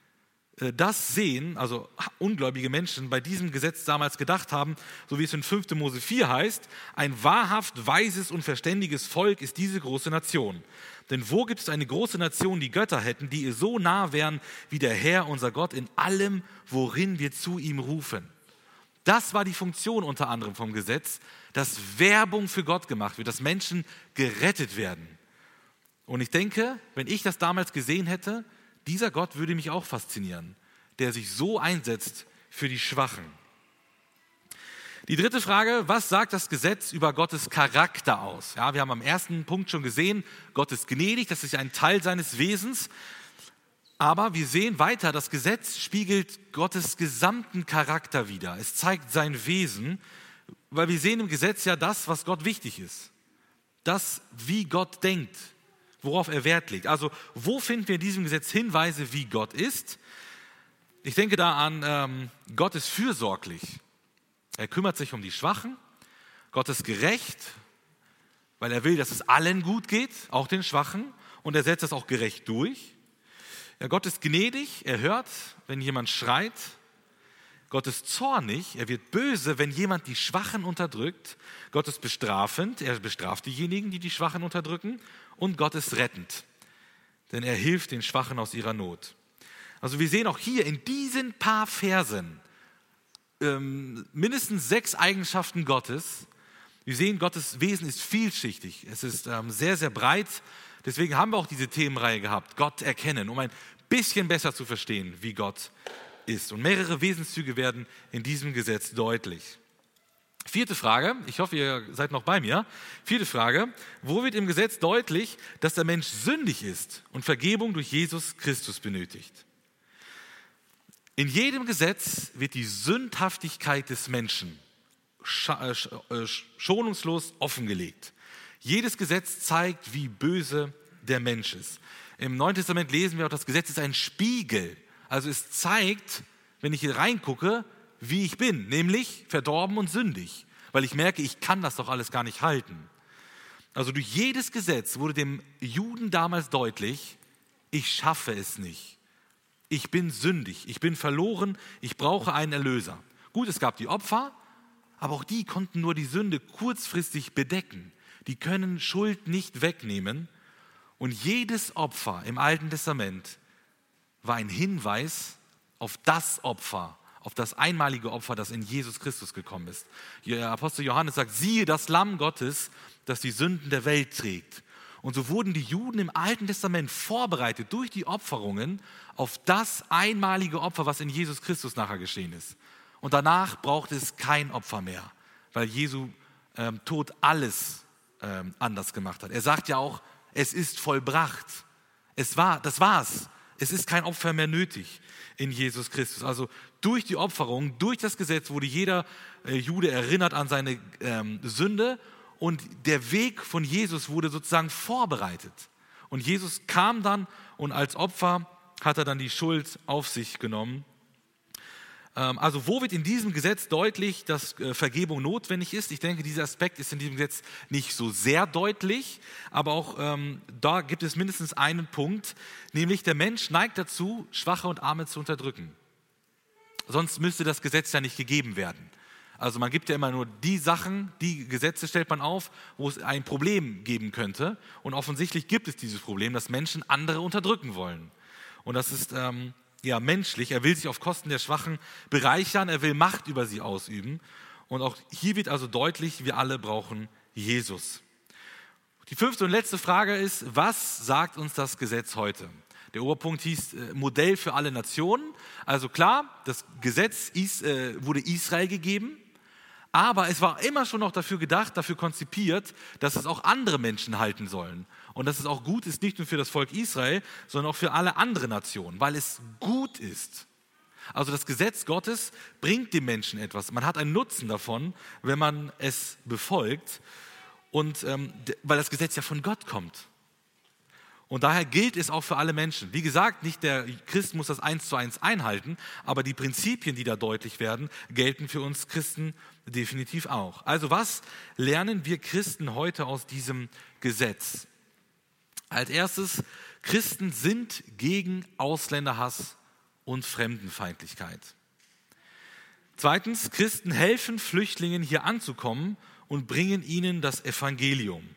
das sehen, also ungläubige Menschen bei diesem Gesetz damals gedacht haben, so wie es in 5. Mose 4 heißt: Ein wahrhaft weises und verständiges Volk ist diese große Nation. Denn wo gibt es eine große Nation, die Götter hätten, die ihr so nah wären wie der Herr, unser Gott, in allem, worin wir zu ihm rufen? Das war die Funktion unter anderem vom Gesetz, dass Werbung für Gott gemacht wird, dass Menschen gerettet werden. Und ich denke, wenn ich das damals gesehen hätte, dieser Gott würde mich auch faszinieren, der sich so einsetzt für die Schwachen. Die dritte Frage: Was sagt das Gesetz über Gottes Charakter aus? Ja, wir haben am ersten Punkt schon gesehen, Gott ist gnädig, das ist ein Teil seines Wesens. Aber wir sehen weiter, das Gesetz spiegelt Gottes gesamten Charakter wider. Es zeigt sein Wesen, weil wir sehen im Gesetz ja das, was Gott wichtig ist. Das, wie Gott denkt, worauf er Wert legt. Also wo finden wir in diesem Gesetz Hinweise, wie Gott ist? Ich denke da an, Gott ist fürsorglich. Er kümmert sich um die Schwachen. Gott ist gerecht, weil er will, dass es allen gut geht, auch den Schwachen. Und er setzt das auch gerecht durch. Ja, Gott ist gnädig, er hört, wenn jemand schreit. Gott ist zornig, er wird böse, wenn jemand die Schwachen unterdrückt. Gott ist bestrafend, er bestraft diejenigen, die die Schwachen unterdrücken. Und Gott ist rettend. denn er hilft den Schwachen aus ihrer Not. Also wir sehen auch hier in diesen paar Versen mindestens 6 Eigenschaften Gottes. Wir sehen, Gottes Wesen ist vielschichtig. Es ist sehr, sehr breit. Deswegen haben wir auch diese Themenreihe gehabt, Gott erkennen, um ein bisschen besser zu verstehen, wie Gott ist. Und mehrere Wesenszüge werden in diesem Gesetz deutlich. 4. Frage, ich hoffe, ihr seid noch bei mir. 4. Frage, wo wird im Gesetz deutlich, dass der Mensch sündig ist und Vergebung durch Jesus Christus benötigt? In jedem Gesetz wird die Sündhaftigkeit des Menschen schonungslos offengelegt. Jedes Gesetz zeigt, wie böse der Mensch ist. Im Neuen Testament lesen wir auch, das Gesetz ist ein Spiegel. Also es zeigt, wenn ich hier reingucke, wie ich bin, nämlich verdorben und sündig, weil ich merke, ich kann das doch alles gar nicht halten. Also durch jedes Gesetz wurde dem Juden damals deutlich, ich schaffe es nicht. Ich bin sündig, ich bin verloren, ich brauche einen Erlöser. Gut, es gab die Opfer, aber auch die konnten nur die Sünde kurzfristig bedecken. Die können Schuld nicht wegnehmen. Und jedes Opfer im Alten Testament war ein Hinweis auf das Opfer, auf das einmalige Opfer, das in Jesus Christus gekommen ist. Der Apostel Johannes sagt, siehe das Lamm Gottes, das die Sünden der Welt trägt. Und so wurden die Juden im Alten Testament vorbereitet durch die Opferungen auf das einmalige Opfer, was in Jesus Christus nachher geschehen ist. Und danach braucht es kein Opfer mehr, weil Jesu Tod alles anders gemacht hat. Er sagt ja auch, es ist vollbracht. Das war's. Es ist kein Opfer mehr nötig in Jesus Christus. Also durch die Opferung, durch das Gesetz wurde jeder Jude erinnert an seine Sünde und der Weg von Jesus wurde sozusagen vorbereitet. Und Jesus kam dann und als Opfer hat er dann die Schuld auf sich genommen. Also wo wird in diesem Gesetz deutlich, dass Vergebung notwendig ist? Ich denke, dieser Aspekt ist in diesem Gesetz nicht so sehr deutlich, aber auch da gibt es mindestens einen Punkt, nämlich der Mensch neigt dazu, Schwache und Arme zu unterdrücken. Sonst müsste das Gesetz ja nicht gegeben werden. Also man gibt ja immer nur die Sachen, die Gesetze stellt man auf, wo es ein Problem geben könnte. Und offensichtlich gibt es dieses Problem, dass Menschen andere unterdrücken wollen. Und das ist menschlich. Er will sich auf Kosten der Schwachen bereichern, er will Macht über sie ausüben. Und auch hier wird also deutlich, wir alle brauchen Jesus. Die 5. und letzte Frage ist, was sagt uns das Gesetz heute? Der Oberpunkt hieß Modell für alle Nationen. Also klar, das Gesetz wurde Israel gegeben, aber es war immer schon noch dafür gedacht, dafür konzipiert, dass es auch andere Menschen halten sollen. Und dass es auch gut ist, nicht nur für das Volk Israel, sondern auch für alle anderen Nationen, weil es gut ist. Also das Gesetz Gottes bringt dem Menschen etwas. Man hat einen Nutzen davon, wenn man es befolgt. Und weil das Gesetz ja von Gott kommt. Und daher gilt es auch für alle Menschen. Wie gesagt, nicht der Christ muss das 1:1 einhalten, aber die Prinzipien, die da deutlich werden, gelten für uns Christen definitiv auch. Also was lernen wir Christen heute aus diesem Gesetz? Als erstes, Christen sind gegen Ausländerhass und Fremdenfeindlichkeit. Zweitens, Christen helfen Flüchtlingen hier anzukommen und bringen ihnen das Evangelium.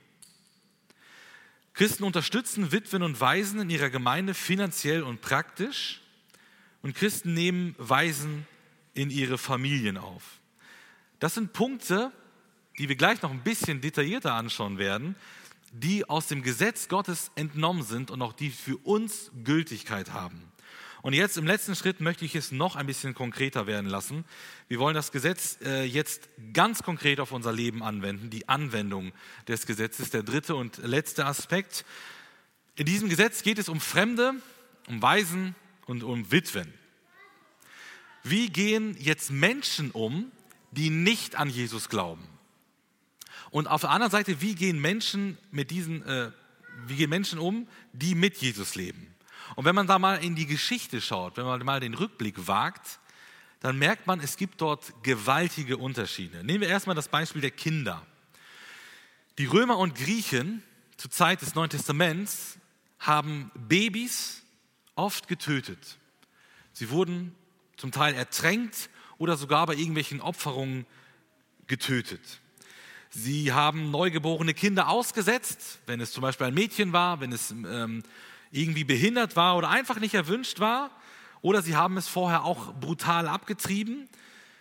Christen unterstützen Witwen und Waisen in ihrer Gemeinde finanziell und praktisch und Christen nehmen Waisen in ihre Familien auf. Das sind Punkte, die wir gleich noch ein bisschen detaillierter anschauen werden, die aus dem Gesetz Gottes entnommen sind und auch die für uns Gültigkeit haben. Und jetzt im letzten Schritt möchte ich es noch ein bisschen konkreter werden lassen. Wir wollen das Gesetz jetzt ganz konkret auf unser Leben anwenden, die Anwendung des Gesetzes, der 3. und letzte Aspekt. In diesem Gesetz geht es um Fremde, um Waisen und um Witwen. Wie gehen jetzt Menschen um, die nicht an Jesus glauben? Und auf der anderen Seite, wie gehen Menschen um, die mit Jesus leben? Und wenn man da mal in die Geschichte schaut, wenn man mal den Rückblick wagt, dann merkt man, es gibt dort gewaltige Unterschiede. Nehmen wir erstmal das Beispiel der Kinder. Die Römer und Griechen zur Zeit des Neuen Testaments haben Babys oft getötet. Sie wurden zum Teil ertränkt oder sogar bei irgendwelchen Opferungen getötet. Sie haben neugeborene Kinder ausgesetzt, wenn es zum Beispiel ein Mädchen war, wenn es irgendwie behindert war oder einfach nicht erwünscht war, oder sie haben es vorher auch brutal abgetrieben.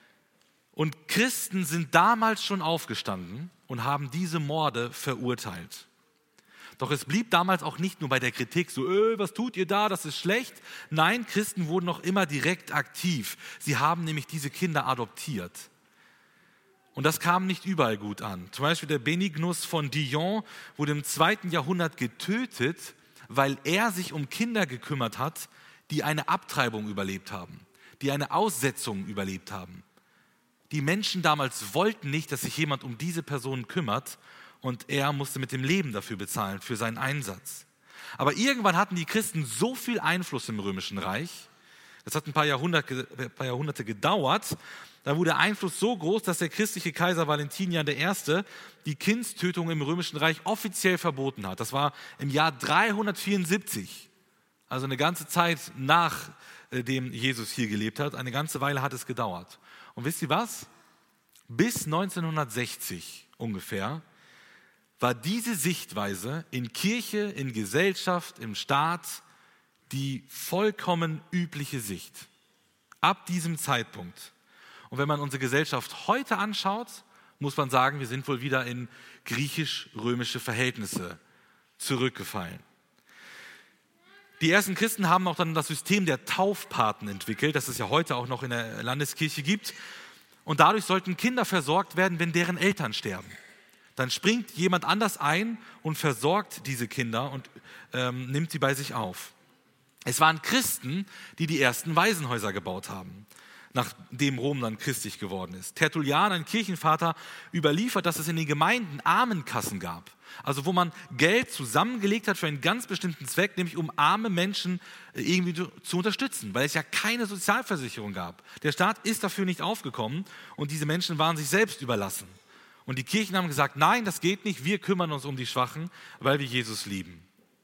Und Christen sind damals schon aufgestanden und haben diese Morde verurteilt. Doch es blieb damals auch nicht nur bei der Kritik, so, was tut ihr da, das ist schlecht. Nein, Christen wurden noch immer direkt aktiv. Sie haben nämlich diese Kinder adoptiert. Und das kam nicht überall gut an. Zum Beispiel der Benignus von Dijon wurde im 2. Jahrhundert getötet, weil er sich um Kinder gekümmert hat, die eine Abtreibung überlebt haben, die eine Aussetzung überlebt haben. Die Menschen damals wollten nicht, dass sich jemand um diese Personen kümmert, und er musste mit dem Leben dafür bezahlen, für seinen Einsatz. Aber irgendwann hatten die Christen so viel Einfluss im Römischen Reich, das hat ein paar Jahrhunderte gedauert, da wurde der Einfluss so groß, dass der christliche Kaiser Valentinian I. die Kindstötung im Römischen Reich offiziell verboten hat. Das war im Jahr 374, also eine ganze Zeit nachdem Jesus hier gelebt hat. Eine ganze Weile hat es gedauert. Und wisst ihr was? Bis 1960 ungefähr war diese Sichtweise in Kirche, in Gesellschaft, im Staat die vollkommen übliche Sicht. Ab diesem Zeitpunkt. Und wenn man unsere Gesellschaft heute anschaut, muss man sagen, wir sind wohl wieder in griechisch-römische Verhältnisse zurückgefallen. Die ersten Christen haben auch dann das System der Taufpaten entwickelt, das es ja heute auch noch in der Landeskirche gibt. Und dadurch sollten Kinder versorgt werden, wenn deren Eltern sterben. Dann springt jemand anders ein und versorgt diese Kinder und nimmt sie bei sich auf. Es waren Christen, die die ersten Waisenhäuser gebaut haben, nachdem Rom dann christlich geworden ist. Tertullian, ein Kirchenvater, überliefert, dass es in den Gemeinden Armenkassen gab. Also wo man Geld zusammengelegt hat für einen ganz bestimmten Zweck, nämlich um arme Menschen irgendwie zu unterstützen, weil es ja keine Sozialversicherung gab. Der Staat ist dafür nicht aufgekommen und diese Menschen waren sich selbst überlassen. Und die Kirchen haben gesagt, nein, das geht nicht, wir kümmern uns um die Schwachen, weil wir Jesus lieben.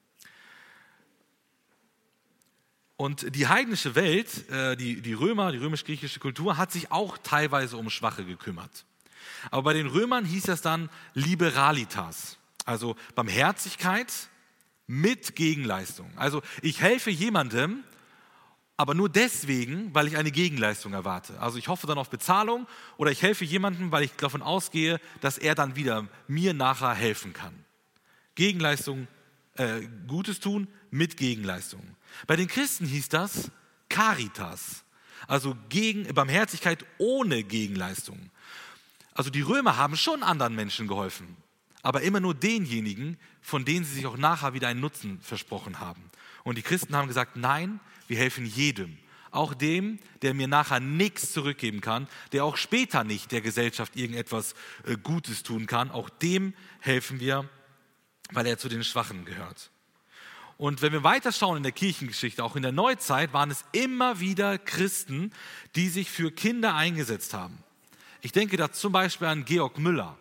Und die heidnische Welt, die Römer, die römisch-griechische Kultur, hat sich auch teilweise um Schwache gekümmert. Aber bei den Römern hieß das dann Liberalitas, also Barmherzigkeit mit Gegenleistung. Also ich helfe jemandem, aber nur deswegen, weil ich eine Gegenleistung erwarte. Also ich hoffe dann auf Bezahlung oder ich helfe jemandem, weil ich davon ausgehe, dass er dann wieder mir nachher helfen kann. Gegenleistung, Gutes tun mit Gegenleistung. Bei den Christen hieß das Caritas, also Barmherzigkeit ohne Gegenleistung. Also die Römer haben schon anderen Menschen geholfen, aber immer nur denjenigen, von denen sie sich auch nachher wieder einen Nutzen versprochen haben. Und die Christen haben gesagt, nein, wir helfen jedem. Auch dem, der mir nachher nichts zurückgeben kann, der auch später nicht der Gesellschaft irgendetwas Gutes tun kann, auch dem helfen wir, weil er zu den Schwachen gehört. Und wenn wir weiterschauen in der Kirchengeschichte, auch in der Neuzeit, waren es immer wieder Christen, die sich für Kinder eingesetzt haben. Ich denke da zum Beispiel an Georg Müller.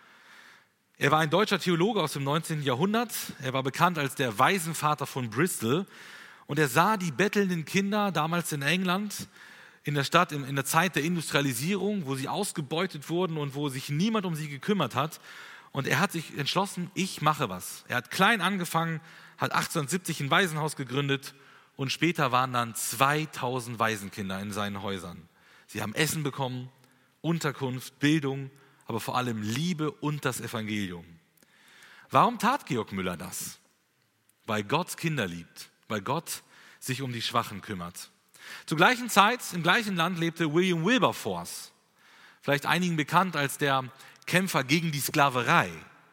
Er war ein deutscher Theologe aus dem 19. Jahrhundert. Er war bekannt als der Waisenvater von Bristol. Und er sah die bettelnden Kinder damals in England, in der Stadt, in der Zeit der Industrialisierung, wo sie ausgebeutet wurden und wo sich niemand um sie gekümmert hat. Und er hat sich entschlossen, ich mache was. Er hat klein angefangen, hat 1870 ein Waisenhaus gegründet und später waren dann 2000 Waisenkinder in seinen Häusern. Sie haben Essen bekommen, Unterkunft, Bildung, aber vor allem Liebe und das Evangelium. Warum tat Georg Müller das? Weil Gott Kinder liebt, weil Gott sich um die Schwachen kümmert. Zur gleichen Zeit, im gleichen Land lebte William Wilberforce, vielleicht einigen bekannt als der Kämpfer gegen die Sklaverei.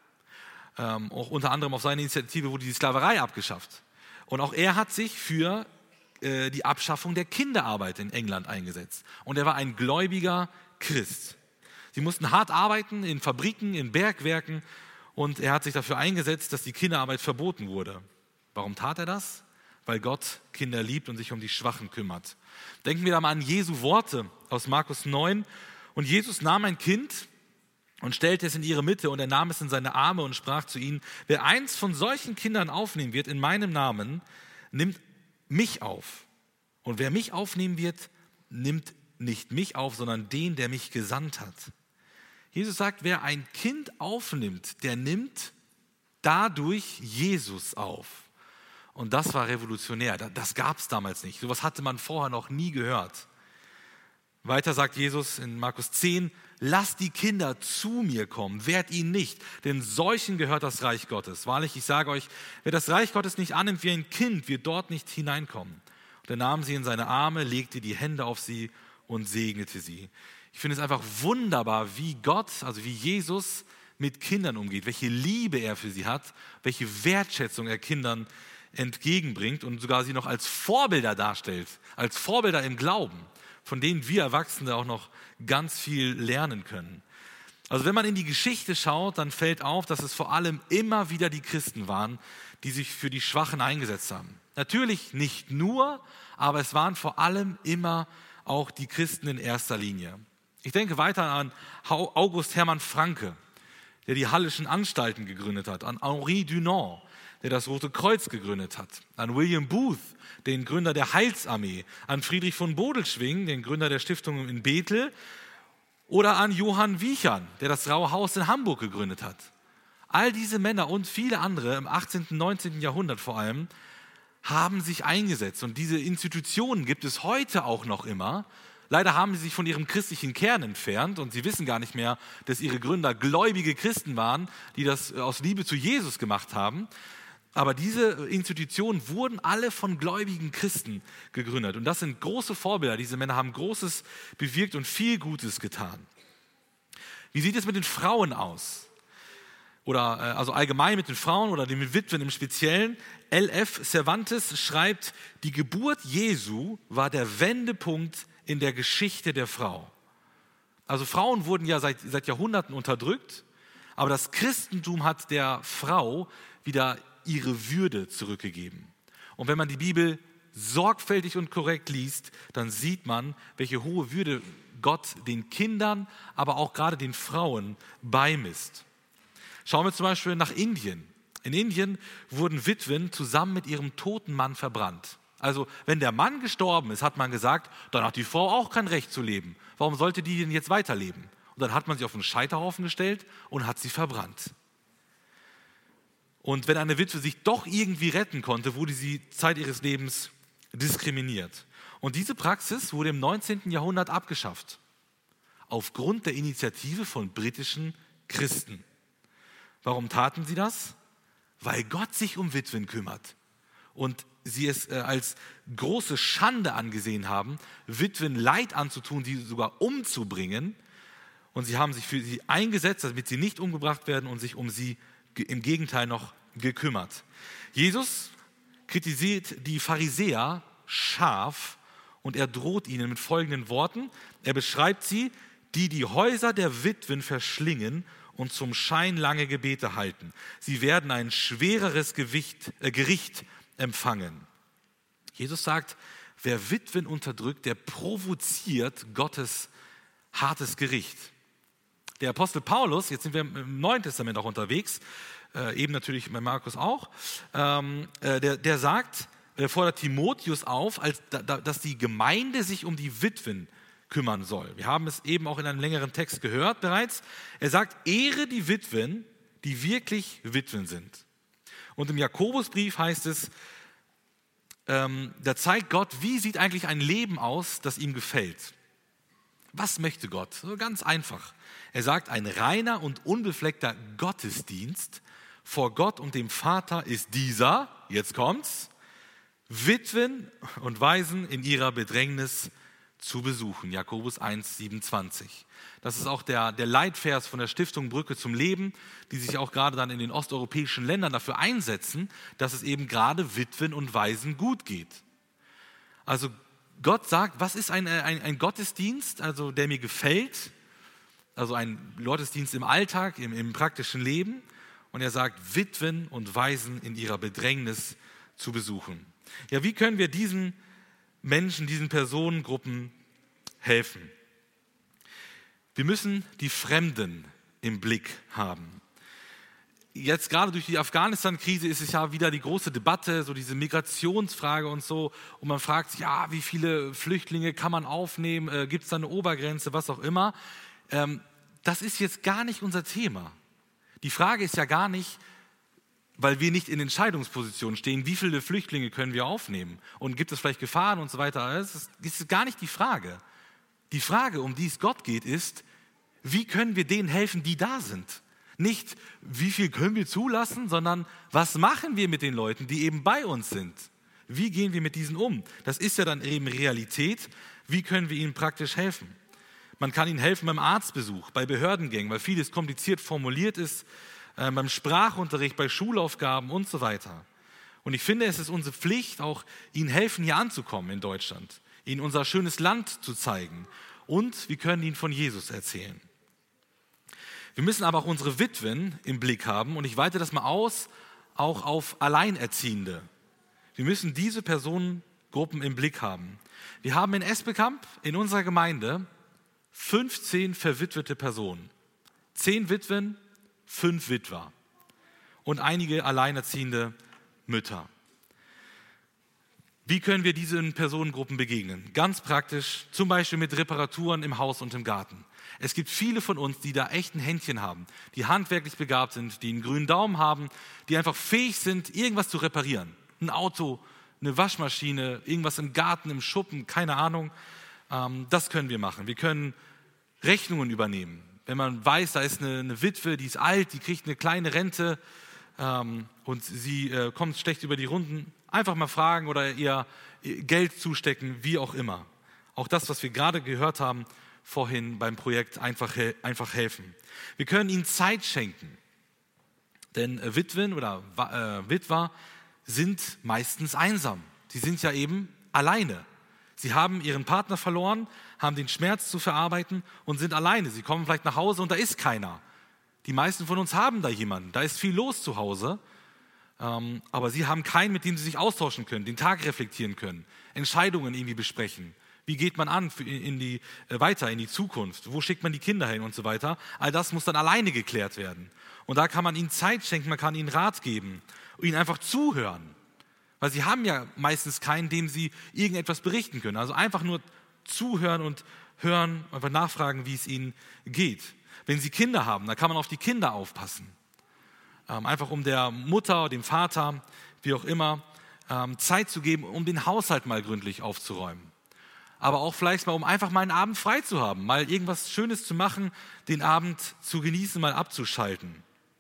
Auch unter anderem auf seine Initiative wurde die Sklaverei abgeschafft. Und auch er hat sich für die Abschaffung der Kinderarbeit in England eingesetzt. Und er war ein gläubiger Christ. Sie mussten hart arbeiten in Fabriken, in Bergwerken und er hat sich dafür eingesetzt, dass die Kinderarbeit verboten wurde. Warum tat er das? Weil Gott Kinder liebt und sich um die Schwachen kümmert. Denken wir da mal an Jesu Worte aus Markus 9. Und Jesus nahm ein Kind und stellte es in ihre Mitte und er nahm es in seine Arme und sprach zu ihnen, wer eins von solchen Kindern aufnehmen wird in meinem Namen, nimmt mich auf. Und wer mich aufnehmen wird, nimmt nicht mich auf, sondern den, der mich gesandt hat. Jesus sagt, wer ein Kind aufnimmt, der nimmt dadurch Jesus auf. Und das war revolutionär. Das gab es damals nicht. Sowas hatte man vorher noch nie gehört. Weiter sagt Jesus in Markus 10, lasst die Kinder zu mir kommen, wehrt ihnen nicht, denn solchen gehört das Reich Gottes. Wahrlich, ich sage euch, wer das Reich Gottes nicht annimmt wie ein Kind, wird dort nicht hineinkommen. Und er nahm sie in seine Arme, legte die Hände auf sie und segnete sie. Ich finde es einfach wunderbar, wie Gott, also wie Jesus mit Kindern umgeht, welche Liebe er für sie hat, welche Wertschätzung er Kindern entgegenbringt und sogar sie noch als Vorbilder darstellt, als Vorbilder im Glauben, von denen wir Erwachsene auch noch ganz viel lernen können. Also wenn man in die Geschichte schaut, dann fällt auf, dass es vor allem immer wieder die Christen waren, die sich für die Schwachen eingesetzt haben. Natürlich nicht nur, aber es waren vor allem immer auch die Christen in erster Linie. Ich denke weiter an August Hermann Francke, der die Hallischen Anstalten gegründet hat, an Henri Dunant, der das Rote Kreuz gegründet hat, an William Booth, den Gründer der Heilsarmee, an Friedrich von Bodelschwingh, den Gründer der Stiftung in Bethel, oder an Johann Wiechern, der das Raue Haus in Hamburg gegründet hat. All diese Männer und viele andere im 18., 19. Jahrhundert vor allem haben sich eingesetzt. Und diese Institutionen gibt es heute auch noch immer. Leider haben sie sich von ihrem christlichen Kern entfernt und sie wissen gar nicht mehr, dass ihre Gründer gläubige Christen waren, die das aus Liebe zu Jesus gemacht haben. Aber diese Institutionen wurden alle von gläubigen Christen gegründet. Und das sind große Vorbilder. Diese Männer haben Großes bewirkt und viel Gutes getan. Wie sieht es mit den Frauen aus? Oder also allgemein mit den Frauen oder den Witwen im Speziellen. L.F. Cervantes schreibt, die Geburt Jesu war der Wendepunkt in der Geschichte der Frau. Also Frauen wurden ja seit Jahrhunderten unterdrückt, aber das Christentum hat der Frau wieder ihre Würde zurückgegeben. Und wenn man die Bibel sorgfältig und korrekt liest, dann sieht man, welche hohe Würde Gott den Kindern, aber auch gerade den Frauen beimisst. Schauen wir zum Beispiel nach Indien. In Indien wurden Witwen zusammen mit ihrem toten Mann verbrannt. Also wenn der Mann gestorben ist, hat man gesagt, dann hat die Frau auch kein Recht zu leben. Warum sollte die denn jetzt weiterleben? Und dann hat man sie auf einen Scheiterhaufen gestellt und hat sie verbrannt. Und wenn eine Witwe sich doch irgendwie retten konnte, wurde sie Zeit ihres Lebens diskriminiert. Und diese Praxis wurde im 19. Jahrhundert abgeschafft. Aufgrund der Initiative von britischen Christen. Warum taten sie das? Weil Gott sich um Witwen kümmert. Und sie es als große Schande angesehen haben, Witwen Leid anzutun, sie sogar umzubringen. Und sie haben sich für sie eingesetzt, damit sie nicht umgebracht werden und sich um sie im Gegenteil noch gekümmert. Jesus kritisiert die Pharisäer scharf und er droht ihnen mit folgenden Worten. Er beschreibt sie, die die Häuser der Witwen verschlingen und zum Schein lange Gebete halten. Sie werden ein schwereres Gericht empfangen. Jesus sagt, wer Witwen unterdrückt, der provoziert Gottes hartes Gericht. Der Apostel Paulus, jetzt sind wir im Neuen Testament auch unterwegs, eben natürlich bei Markus auch, der sagt, er fordert Timotheus auf, dass die Gemeinde sich um die Witwen kümmern soll. Wir haben es eben auch in einem längeren Text gehört bereits. Er sagt, ehre die Witwen, die wirklich Witwen sind. Und im Jakobusbrief heißt es, da zeigt Gott, wie sieht eigentlich ein Leben aus, das ihm gefällt. Was möchte Gott? So ganz einfach. Er sagt, ein reiner und unbefleckter Gottesdienst vor Gott und dem Vater ist dieser, jetzt kommt's, Witwen und Waisen in ihrer Bedrängnis zu besuchen. Jakobus 1, 27. Das ist auch der Leitvers von der Stiftung Brücke zum Leben, die sich auch gerade dann in den osteuropäischen Ländern dafür einsetzen, dass es eben gerade Witwen und Waisen gut geht. Also Gott sagt, was ist ein Gottesdienst, also der mir gefällt, also ein Gottesdienst im Alltag, im praktischen Leben. Und er sagt, Witwen und Waisen in ihrer Bedrängnis zu besuchen. Ja, wie können wir diesen Menschen, diesen Personengruppen helfen? Wir müssen die Fremden im Blick haben. Jetzt gerade durch die Afghanistan-Krise ist es ja wieder die große Debatte, so diese Migrationsfrage und so. Und man fragt sich, ja, wie viele Flüchtlinge kann man aufnehmen? Gibt es da eine Obergrenze, was auch immer? Das ist jetzt gar nicht unser Thema. Die Frage ist ja gar nicht, weil wir nicht in Entscheidungspositionen stehen, wie viele Flüchtlinge können wir aufnehmen und gibt es vielleicht Gefahren und so weiter. Das ist gar nicht die Frage. Die Frage, um die es Gott geht, ist, wie können wir denen helfen, die da sind? Nicht, wie viel können wir zulassen, sondern was machen wir mit den Leuten, die eben bei uns sind? Wie gehen wir mit diesen um? Das ist ja dann eben Realität. Wie können wir ihnen praktisch helfen? Man kann ihnen helfen beim Arztbesuch, bei Behördengängen, weil vieles kompliziert formuliert ist, beim Sprachunterricht, bei Schulaufgaben und so weiter. Und ich finde, es ist unsere Pflicht, auch ihnen helfen, hier anzukommen in Deutschland, ihnen unser schönes Land zu zeigen und wir können ihnen von Jesus erzählen. Wir müssen aber auch unsere Witwen im Blick haben und ich weite das mal aus, auch auf Alleinerziehende. Wir müssen diese Personengruppen im Blick haben. Wir haben in Esbekamp in unserer Gemeinde 15 verwitwete Personen. 10 Witwen, 5 Witwer und einige alleinerziehende Mütter. Wie können wir diesen Personengruppen begegnen? Ganz praktisch, zum Beispiel mit Reparaturen im Haus und im Garten. Es gibt viele von uns, die da echt ein Händchen haben, die handwerklich begabt sind, die einen grünen Daumen haben, die einfach fähig sind, irgendwas zu reparieren. Ein Auto, eine Waschmaschine, irgendwas im Garten, im Schuppen, keine Ahnung. Das können wir machen. Wir können Rechnungen übernehmen. Wenn man weiß, da ist eine Witwe, die ist alt, die kriegt eine kleine Rente und sie kommt schlecht über die Runden, einfach mal fragen oder ihr Geld zustecken, wie auch immer. Auch das, was wir gerade gehört haben vorhin beim Projekt einfach helfen. Wir können ihnen Zeit schenken, denn Witwen oder Witwer sind meistens einsam. Sie sind ja eben alleine. Sie haben ihren Partner verloren, haben den Schmerz zu verarbeiten und sind alleine. Sie kommen vielleicht nach Hause und da ist keiner. Die meisten von uns haben da jemanden, da ist viel los zu Hause, aber sie haben keinen, mit dem sie sich austauschen können, den Tag reflektieren können, Entscheidungen irgendwie besprechen. Wie geht man an weiter in die Zukunft? Wo schickt man die Kinder hin und so weiter? All das muss dann alleine geklärt werden. Und da kann man ihnen Zeit schenken, man kann ihnen Rat geben und ihnen einfach zuhören. Weil sie haben ja meistens keinen, dem sie irgendetwas berichten können. Also einfach nur zuhören und hören, einfach nachfragen, wie es ihnen geht. Wenn sie Kinder haben, dann kann man auf die Kinder aufpassen. Einfach um der Mutter, dem Vater, wie auch immer, Zeit zu geben, um den Haushalt mal gründlich aufzuräumen. Aber auch vielleicht mal, um einfach mal einen Abend frei zu haben, mal irgendwas Schönes zu machen, den Abend zu genießen, mal abzuschalten.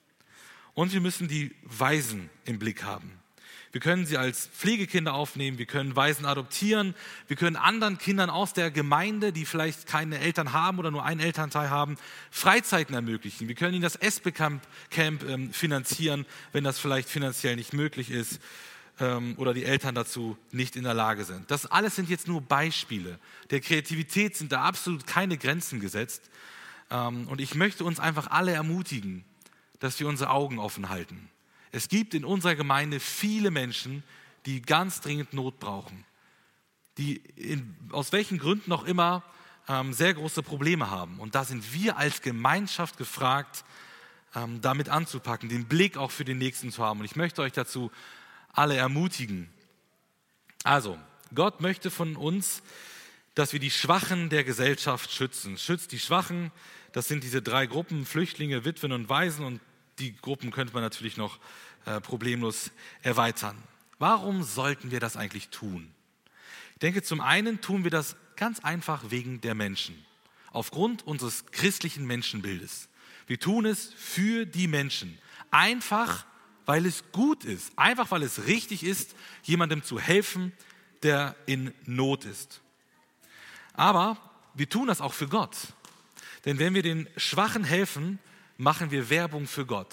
Und wir müssen die Waisen im Blick haben. Wir können sie als Pflegekinder aufnehmen, wir können Waisen adoptieren, wir können anderen Kindern aus der Gemeinde, die vielleicht keine Eltern haben oder nur einen Elternteil haben, Freizeiten ermöglichen. Wir können ihnen das Esbekamp finanzieren, wenn das vielleicht finanziell nicht möglich ist oder die Eltern dazu nicht in der Lage sind. Das alles sind jetzt nur Beispiele. Der Kreativität sind da absolut keine Grenzen gesetzt. Und ich möchte uns einfach alle ermutigen, dass wir unsere Augen offen halten. Es gibt in unserer Gemeinde viele Menschen, die ganz dringend Not brauchen, die aus welchen Gründen auch immer sehr große Probleme haben. Und da sind wir als Gemeinschaft gefragt, damit anzupacken, den Blick auch für den Nächsten zu haben. Und ich möchte euch dazu alle ermutigen. Also, Gott möchte von uns, dass wir die Schwachen der Gesellschaft schützen. Schützt die Schwachen, das sind diese 3 Gruppen, Flüchtlinge, Witwen und Waisen, und die Gruppen könnte man natürlich noch problemlos erweitern. Warum sollten wir das eigentlich tun? Ich denke, zum einen tun wir das ganz einfach wegen der Menschen, aufgrund unseres christlichen Menschenbildes. Wir tun es für die Menschen, einfach weil es gut ist, einfach weil es richtig ist, jemandem zu helfen, der in Not ist. Aber wir tun das auch für Gott. Denn wenn wir den Schwachen helfen, machen wir Werbung für Gott.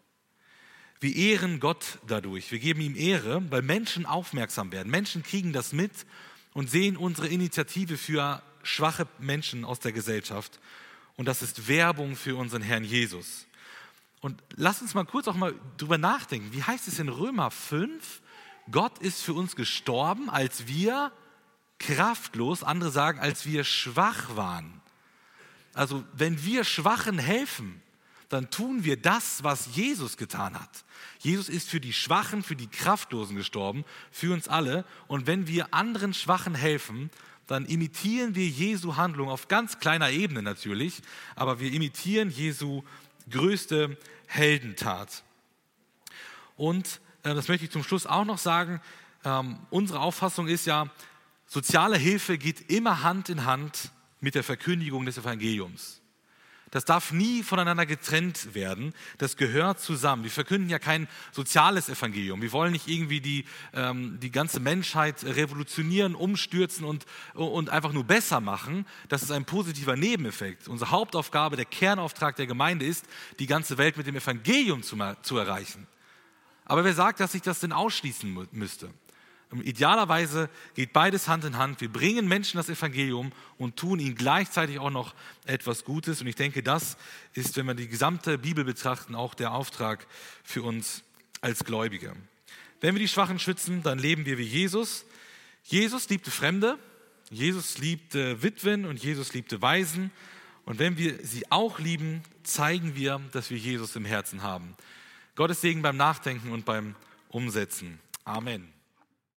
Wir ehren Gott dadurch. Wir geben ihm Ehre, weil Menschen aufmerksam werden. Menschen kriegen das mit und sehen unsere Initiative für schwache Menschen aus der Gesellschaft. Und das ist Werbung für unseren Herrn Jesus. Und lasst uns mal kurz auch mal drüber nachdenken. Wie heißt es in Römer 5? Gott ist für uns gestorben, als wir kraftlos, andere sagen, als wir schwach waren. Also wenn wir Schwachen helfen, dann tun wir das, was Jesus getan hat. Jesus ist für die Schwachen, für die Kraftlosen gestorben, für uns alle. Und wenn wir anderen Schwachen helfen, dann imitieren wir Jesu Handlung auf ganz kleiner Ebene natürlich, aber wir imitieren Jesu größte Heldentat. Und das möchte ich zum Schluss auch noch sagen, unsere Auffassung ist ja, soziale Hilfe geht immer Hand in Hand mit der Verkündigung des Evangeliums. Das darf nie voneinander getrennt werden, das gehört zusammen. Wir verkünden ja kein soziales Evangelium. Wir wollen nicht irgendwie die ganze Menschheit revolutionieren, umstürzen und einfach nur besser machen. Das ist ein positiver Nebeneffekt. Unsere Hauptaufgabe, der Kernauftrag der Gemeinde ist, die ganze Welt mit dem Evangelium zu erreichen. Aber wer sagt, dass ich das denn ausschließen müsste? Idealerweise geht beides Hand in Hand. Wir bringen Menschen das Evangelium und tun ihnen gleichzeitig auch noch etwas Gutes. Und ich denke, das ist, wenn wir die gesamte Bibel betrachten, auch der Auftrag für uns als Gläubige. Wenn wir die Schwachen schützen, dann leben wir wie Jesus. Jesus liebte Fremde, Jesus liebte Witwen und Jesus liebte Waisen. Und wenn wir sie auch lieben, zeigen wir, dass wir Jesus im Herzen haben. Gottes Segen beim Nachdenken und beim Umsetzen. Amen.